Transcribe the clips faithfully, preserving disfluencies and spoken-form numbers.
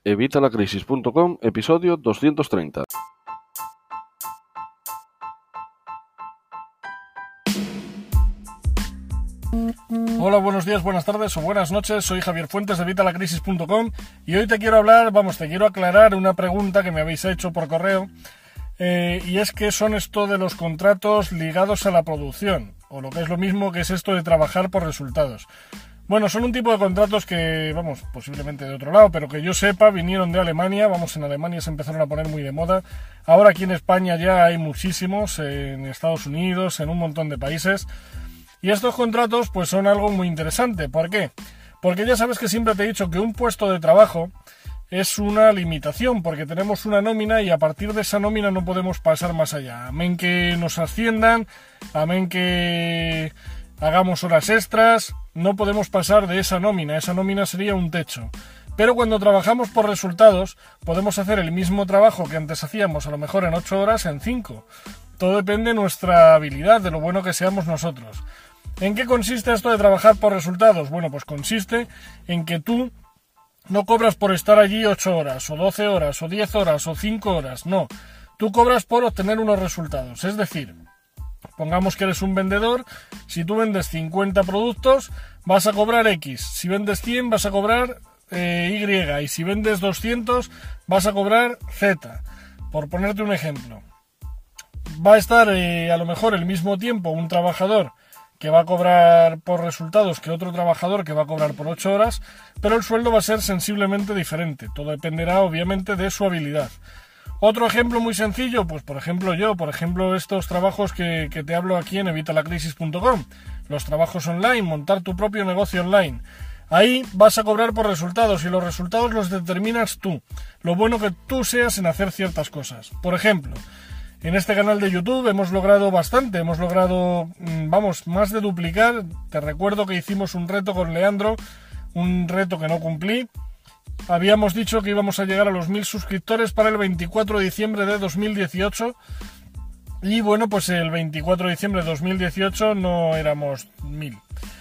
Evitalacrisis punto com, episodio doscientos treinta. Hola, buenos días, buenas tardes o buenas noches, soy Javier Fuentes de Evitalacrisis punto com y hoy te quiero hablar, vamos, te quiero aclarar una pregunta que me habéis hecho por correo eh, y es qué son esto de los contratos ligados a la producción, o lo que es lo mismo que es esto de trabajar por resultados. Bueno, son un tipo de contratos que, vamos, posiblemente de otro lado, pero que yo sepa, vinieron de Alemania, vamos, en Alemania se empezaron a poner muy de moda. Ahora aquí en España ya hay muchísimos, en Estados Unidos, en un montón de países. Y estos contratos, pues son algo muy interesante. ¿Por qué? Porque ya sabes que siempre te he dicho que un puesto de trabajo es una limitación, porque tenemos una nómina y a partir de esa nómina no podemos pasar más allá. Amén que nos asciendan, amén que hagamos horas extras, no podemos pasar de esa nómina, esa nómina sería un techo. Pero cuando trabajamos por resultados, podemos hacer el mismo trabajo que antes hacíamos, a lo mejor en ocho horas, en cinco. Todo depende de nuestra habilidad, de lo bueno que seamos nosotros. ¿En qué consiste esto de trabajar por resultados? Bueno, pues consiste en que tú no cobras por estar allí ocho horas, o doce horas, o diez horas, o cinco horas, no. Tú cobras por obtener unos resultados, es decir, pongamos que eres un vendedor, si tú vendes cincuenta productos, vas a cobrar X, si vendes cien vas a cobrar eh, Y, y si vendes doscientos vas a cobrar Z, por ponerte un ejemplo. Va a estar eh, a lo mejor el mismo tiempo un trabajador que va a cobrar por resultados que otro trabajador que va a cobrar por ocho horas, pero el sueldo va a ser sensiblemente diferente, todo dependerá obviamente de su habilidad. Otro ejemplo muy sencillo, pues por ejemplo yo, por ejemplo estos trabajos que, que te hablo aquí en Evitalacrisis punto com, los trabajos online, montar tu propio negocio online. Ahí vas a cobrar por resultados y los resultados los determinas tú, lo bueno que tú seas en hacer ciertas cosas. Por ejemplo, en este canal de YouTube hemos logrado bastante, hemos logrado, vamos, más de duplicar. Te recuerdo que hicimos un reto con Leandro, un reto que no cumplí. Habíamos dicho que íbamos a llegar a los mil suscriptores para el veinticuatro de diciembre de dos mil dieciocho y bueno, pues el veinticuatro de diciembre de dos mil dieciocho no éramos mil,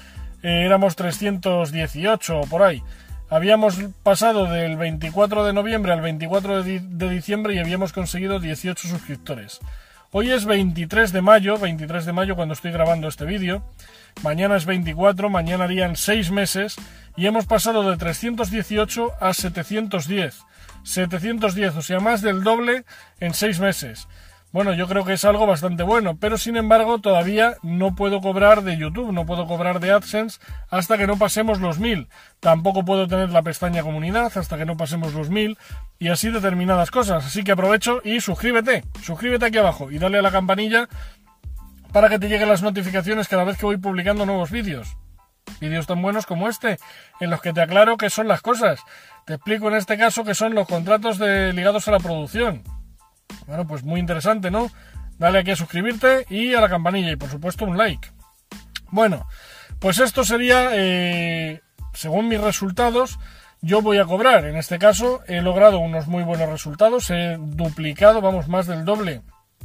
eh, éramos trescientos dieciocho o por ahí. Habíamos pasado del veinticuatro de noviembre al veinticuatro de, di- de diciembre y habíamos conseguido dieciocho suscriptores. Hoy es veintitrés de mayo, veintitrés de mayo cuando estoy grabando este vídeo. Mañana es veinticuatro, mañana harían seis meses y hemos pasado de trescientos dieciocho a setecientos diez. setecientos diez, o sea, más del doble en seis meses. Bueno, yo creo que es algo bastante bueno, pero sin embargo todavía no puedo cobrar de YouTube, no puedo cobrar de AdSense hasta que no pasemos los mil. Tampoco puedo tener la pestaña comunidad hasta que no pasemos los mil y así determinadas cosas. Así que aprovecho y suscríbete, suscríbete aquí abajo y dale a la campanilla para que te lleguen las notificaciones cada vez que voy publicando nuevos vídeos. Vídeos tan buenos como este, en los que te aclaro qué son las cosas. Te explico en este caso qué son los contratos de, ligados a la producción. Bueno, pues muy interesante, ¿no? Dale aquí a suscribirte y a la campanilla y por supuesto un like. Bueno, pues esto sería, eh, según mis resultados, yo voy a cobrar. En este caso he logrado unos muy buenos resultados, he duplicado, vamos, más del doble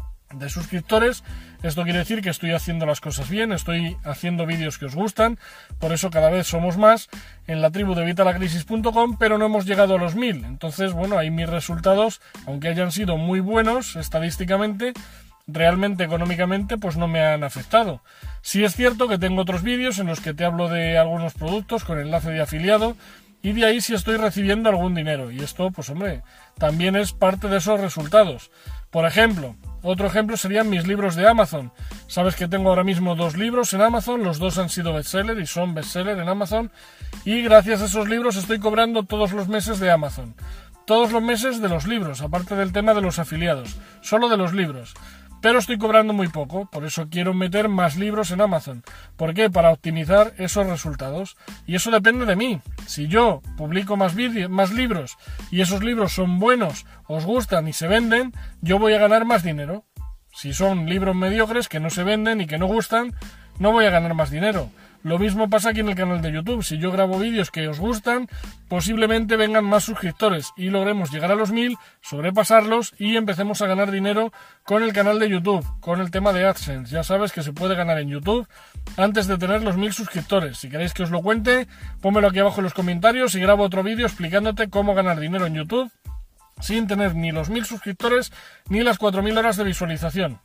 de suscriptores. Esto quiere decir que estoy haciendo las cosas bien, estoy haciendo vídeos que os gustan, por eso cada vez somos más en la tribu de Evitalacrisis punto com, pero no hemos llegado a los mil. Entonces, bueno, ahí mis resultados, aunque hayan sido muy buenos estadísticamente, realmente económicamente pues no me han afectado. Sí es cierto que tengo otros vídeos en los que te hablo de algunos productos con enlace de afiliado y de ahí sí estoy recibiendo algún dinero, y esto pues hombre, también es parte de esos resultados. Por ejemplo, otro ejemplo serían mis libros de Amazon. Sabes que tengo ahora mismo dos libros en Amazon, los dos han sido bestseller y son bestseller en Amazon, y gracias a esos libros estoy cobrando todos los meses de Amazon. Todos los meses de los libros, aparte del tema de los afiliados, solo de los libros. Pero estoy cobrando muy poco, por eso quiero meter más libros en Amazon. ¿Por qué? Para optimizar esos resultados. Y eso depende de mí. Si yo publico más vídeos, más libros, y esos libros son buenos, os gustan y se venden, yo voy a ganar más dinero. Si son libros mediocres que no se venden y que no gustan, no voy a ganar más dinero. Lo mismo pasa aquí en el canal de YouTube. Si yo grabo vídeos que os gustan, posiblemente vengan más suscriptores y logremos llegar a los mil, sobrepasarlos y empecemos a ganar dinero con el canal de YouTube, con el tema de AdSense. Ya sabes que se puede ganar en YouTube antes de tener los mil suscriptores. Si queréis que os lo cuente, pónmelo aquí abajo en los comentarios y grabo otro vídeo explicándote cómo ganar dinero en YouTube sin tener ni los mil suscriptores ni las cuatro mil horas de visualización.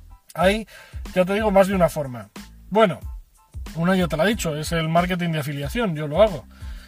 Ahí ya te digo más de una forma. Bueno, una ya te la he dicho, es el marketing de afiliación, yo lo hago.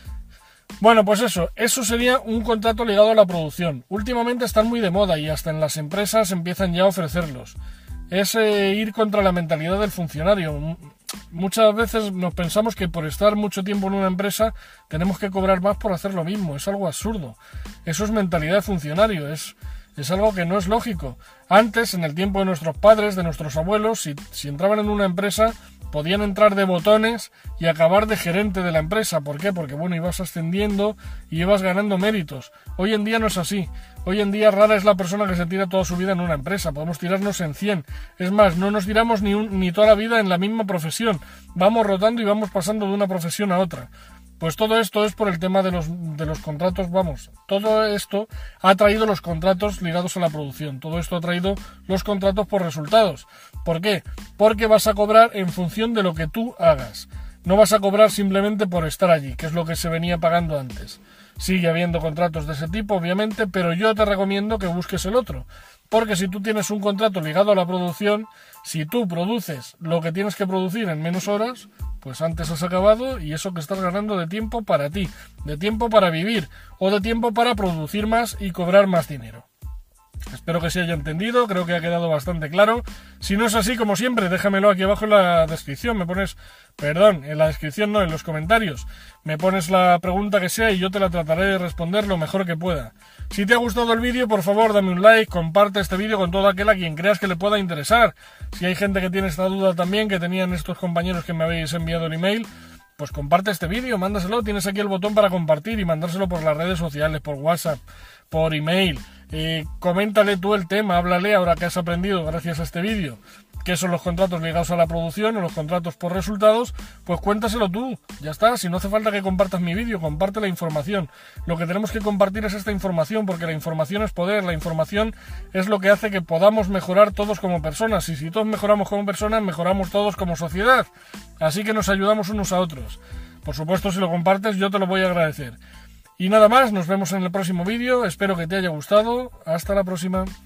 Bueno, pues eso, eso sería un contrato ligado a la producción. Últimamente están muy de moda y hasta en las empresas empiezan ya a ofrecerlos. Es eh, ir contra la mentalidad del funcionario. Muchas veces nos pensamos que por estar mucho tiempo en una empresa tenemos que cobrar más por hacer lo mismo. Es algo absurdo. Eso es mentalidad de funcionario, es... Es algo que no es lógico. Antes, en el tiempo de nuestros padres, de nuestros abuelos, si, si entraban en una empresa, podían entrar de botones y acabar de gerente de la empresa. ¿Por qué? Porque, bueno, ibas ascendiendo y ibas ganando méritos. Hoy en día no es así. Hoy en día rara es la persona que se tira toda su vida en una empresa. Podemos tirarnos en cien. Es más, no nos tiramos ni, un, ni toda la vida en la misma profesión. Vamos rotando y vamos pasando de una profesión a otra. Pues todo esto es por el tema de los, de los contratos, vamos, todo esto ha traído los contratos ligados a la producción, todo esto ha traído los contratos por resultados. ¿Por qué? Porque vas a cobrar en función de lo que tú hagas, no vas a cobrar simplemente por estar allí, que es lo que se venía pagando antes. Sigue habiendo contratos de ese tipo, obviamente, pero yo te recomiendo que busques el otro. Porque si tú tienes un contrato ligado a la producción, si tú produces lo que tienes que producir en menos horas, pues antes has acabado y eso que estás ganando de tiempo para ti, de tiempo para vivir o de tiempo para producir más y cobrar más dinero. Espero que se haya entendido, creo que ha quedado bastante claro. Si no es así, como siempre, déjamelo aquí abajo en la descripción, me pones, perdón, en la descripción no, en los comentarios, me pones la pregunta que sea y yo te la trataré de responder lo mejor que pueda. Si te ha gustado el vídeo, por favor, dame un like, comparte este vídeo con todo aquel a quien creas que le pueda interesar. Si hay gente que tiene esta duda también, que tenían estos compañeros que me habéis enviado el email, pues comparte este vídeo, mándaselo, tienes aquí el botón para compartir y mandárselo por las redes sociales, por WhatsApp, por email. Eh, coméntale tú el tema, háblale ahora que has aprendido gracias a este vídeo qué son los contratos ligados a la producción o los contratos por resultados, pues cuéntaselo tú, ya está. Si no hace falta que compartas mi vídeo, comparte la información. Lo que tenemos que compartir es esta información, porque la información es poder, la información es lo que hace que podamos mejorar todos como personas, y si todos mejoramos como personas, mejoramos todos como sociedad, así que nos ayudamos unos a otros. Por supuesto, si lo compartes, yo te lo voy a agradecer. Y nada más, nos vemos en el próximo vídeo, espero que te haya gustado, hasta la próxima.